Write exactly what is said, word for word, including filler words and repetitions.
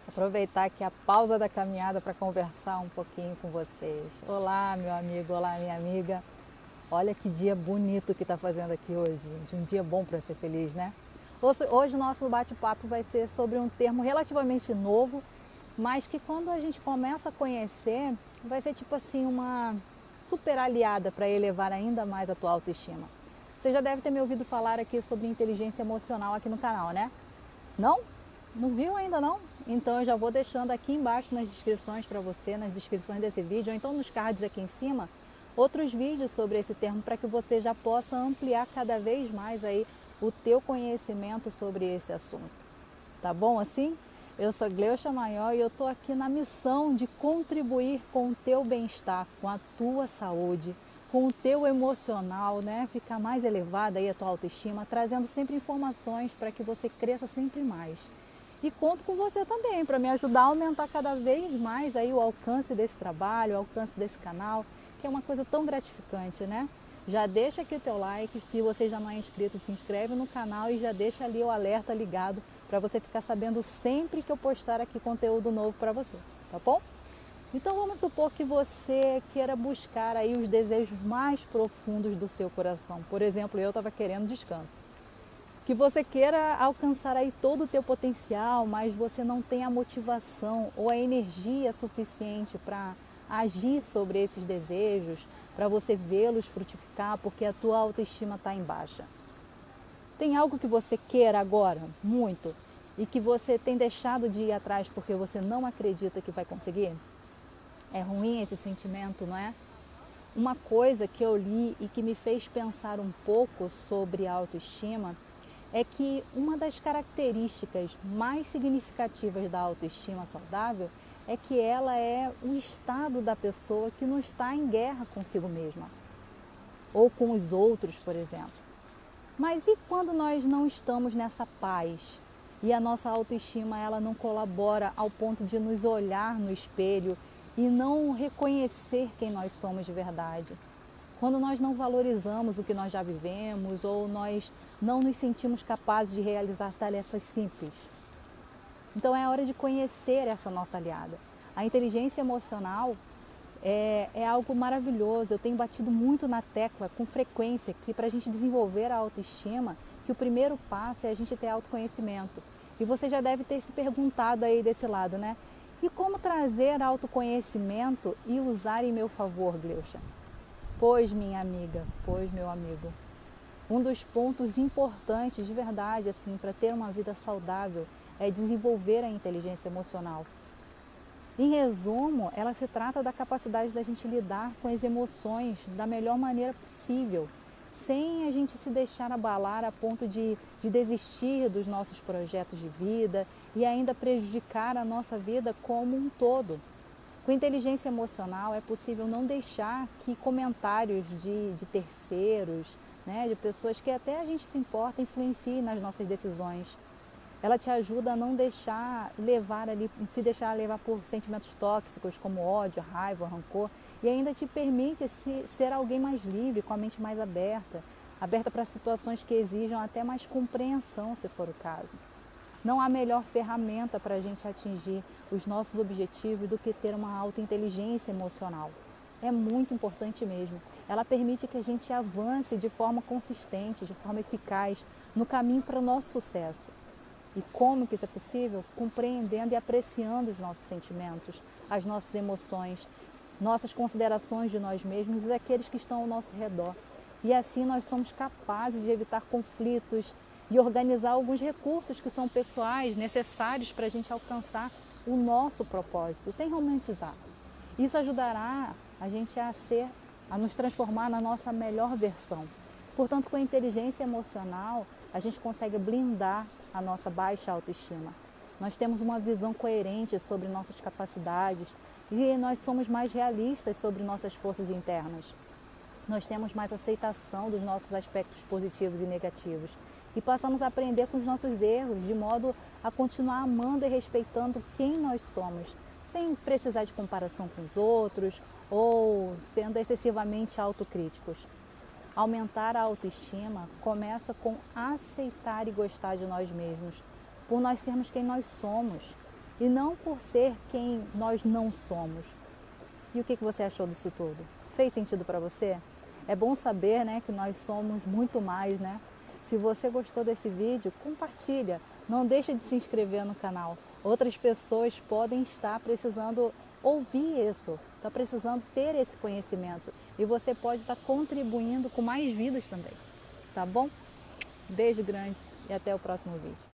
Aproveitar aqui a pausa da caminhada para conversar um pouquinho com vocês. Olá, meu amigo, olá, minha amiga. Olha que dia bonito que está fazendo aqui hoje, gente. Um dia bom para ser feliz, né? Hoje o nosso bate-papo vai ser sobre um termo relativamente novo, mas que quando a gente começa a conhecer, vai ser tipo assim uma super aliada para elevar ainda mais a tua autoestima. Você já deve ter me ouvido falar aqui sobre inteligência emocional aqui no canal, né? Não? Não viu ainda não? Então eu já vou deixando aqui embaixo nas descrições para você, nas descrições desse vídeo, ou então nos cards aqui em cima, outros vídeos sobre esse termo para que você já possa ampliar cada vez mais aí o teu conhecimento sobre esse assunto. Tá bom assim? Eu sou Gleucha Maior e eu estou aqui na missão de contribuir com o teu bem-estar, com a tua saúde, com o teu emocional, né? Ficar mais elevada aí a tua autoestima, trazendo sempre informações para que você cresça sempre mais. E conto com você também para me ajudar a aumentar cada vez mais aí o alcance desse trabalho, o alcance desse canal, que é uma coisa tão gratificante, né? Já deixa aqui o teu like, se você já não é inscrito, se inscreve no canal e já deixa ali o alerta ligado para você ficar sabendo sempre que eu postar aqui conteúdo novo para você, tá bom? Então vamos supor que você queira buscar aí os desejos mais profundos do seu coração. Por exemplo, eu estava querendo descanso. Que você queira alcançar aí todo o teu potencial, mas você não tem a motivação ou a energia suficiente para agir sobre esses desejos, para você vê-los frutificar, porque a tua autoestima está em baixa. Tem algo que você queira agora, muito, e que você tem deixado de ir atrás porque você não acredita que vai conseguir? É ruim esse sentimento, não é? Uma coisa que eu li e que me fez pensar um pouco sobre a autoestima é que uma das características mais significativas da autoestima saudável é que ela é um estado da pessoa que não está em guerra consigo mesma ou com os outros, por exemplo. Mas e quando nós não estamos nessa paz e a nossa autoestima ela não colabora ao ponto de nos olhar no espelho e não reconhecer quem nós somos de verdade? Quando nós não valorizamos o que nós já vivemos ou nós não nos sentimos capazes de realizar tarefas simples. Então é hora de conhecer essa nossa aliada. A inteligência emocional é, é algo maravilhoso. Eu tenho batido muito na tecla com frequência aqui para a gente desenvolver a autoestima, que o primeiro passo é a gente ter autoconhecimento. E você já deve ter se perguntado aí desse lado, né? E como trazer autoconhecimento e usar em meu favor, Gleucha? Pois, minha amiga, pois, meu amigo, um dos pontos importantes de verdade, assim, para ter uma vida saudável é desenvolver a inteligência emocional. Em resumo, ela se trata da capacidade da gente lidar com as emoções da melhor maneira possível, sem a gente se deixar abalar a ponto de, de desistir dos nossos projetos de vida e ainda prejudicar a nossa vida como um todo. Com inteligência emocional é possível não deixar que comentários de, de terceiros, né, de pessoas que até a gente se importa, influenciem nas nossas decisões. Ela te ajuda a não deixar levar ali, se deixar levar por sentimentos tóxicos como ódio, raiva, rancor, e ainda te permite se, ser alguém mais livre, com a mente mais aberta, aberta para situações que exijam até mais compreensão, se for o caso. Não há melhor ferramenta para a gente atingir os nossos objetivos do que ter uma alta inteligência emocional. É muito importante mesmo. Ela permite que a gente avance de forma consistente, de forma eficaz, no caminho para o nosso sucesso. E como que isso é possível? Compreendendo e apreciando os nossos sentimentos, as nossas emoções, nossas considerações de nós mesmos e daqueles que estão ao nosso redor. E assim nós somos capazes de evitar conflitos e organizar alguns recursos que são pessoais, necessários para a gente alcançar o nosso propósito, sem romantizar. Isso ajudará a gente a ser, a nos transformar na nossa melhor versão. Portanto, com a inteligência emocional, a gente consegue blindar a nossa baixa autoestima. Nós temos uma visão coerente sobre nossas capacidades e nós somos mais realistas sobre nossas forças internas. Nós temos mais aceitação dos nossos aspectos positivos e negativos e passamos a aprender com os nossos erros, de modo a continuar amando e respeitando quem nós somos, sem precisar de comparação com os outros ou sendo excessivamente autocríticos. Aumentar a autoestima começa com aceitar e gostar de nós mesmos, por nós sermos quem nós somos. e não por ser quem nós não somos. E o que você achou disso tudo? Fez sentido para você? É bom saber, né, que nós somos muito mais, né? Se você gostou desse vídeo, compartilha. Não deixe de se inscrever no canal. Outras pessoas podem estar precisando ouvir isso, está precisando ter esse conhecimento. E você pode estar contribuindo com mais vidas também. Tá bom? Beijo grande e até o próximo vídeo.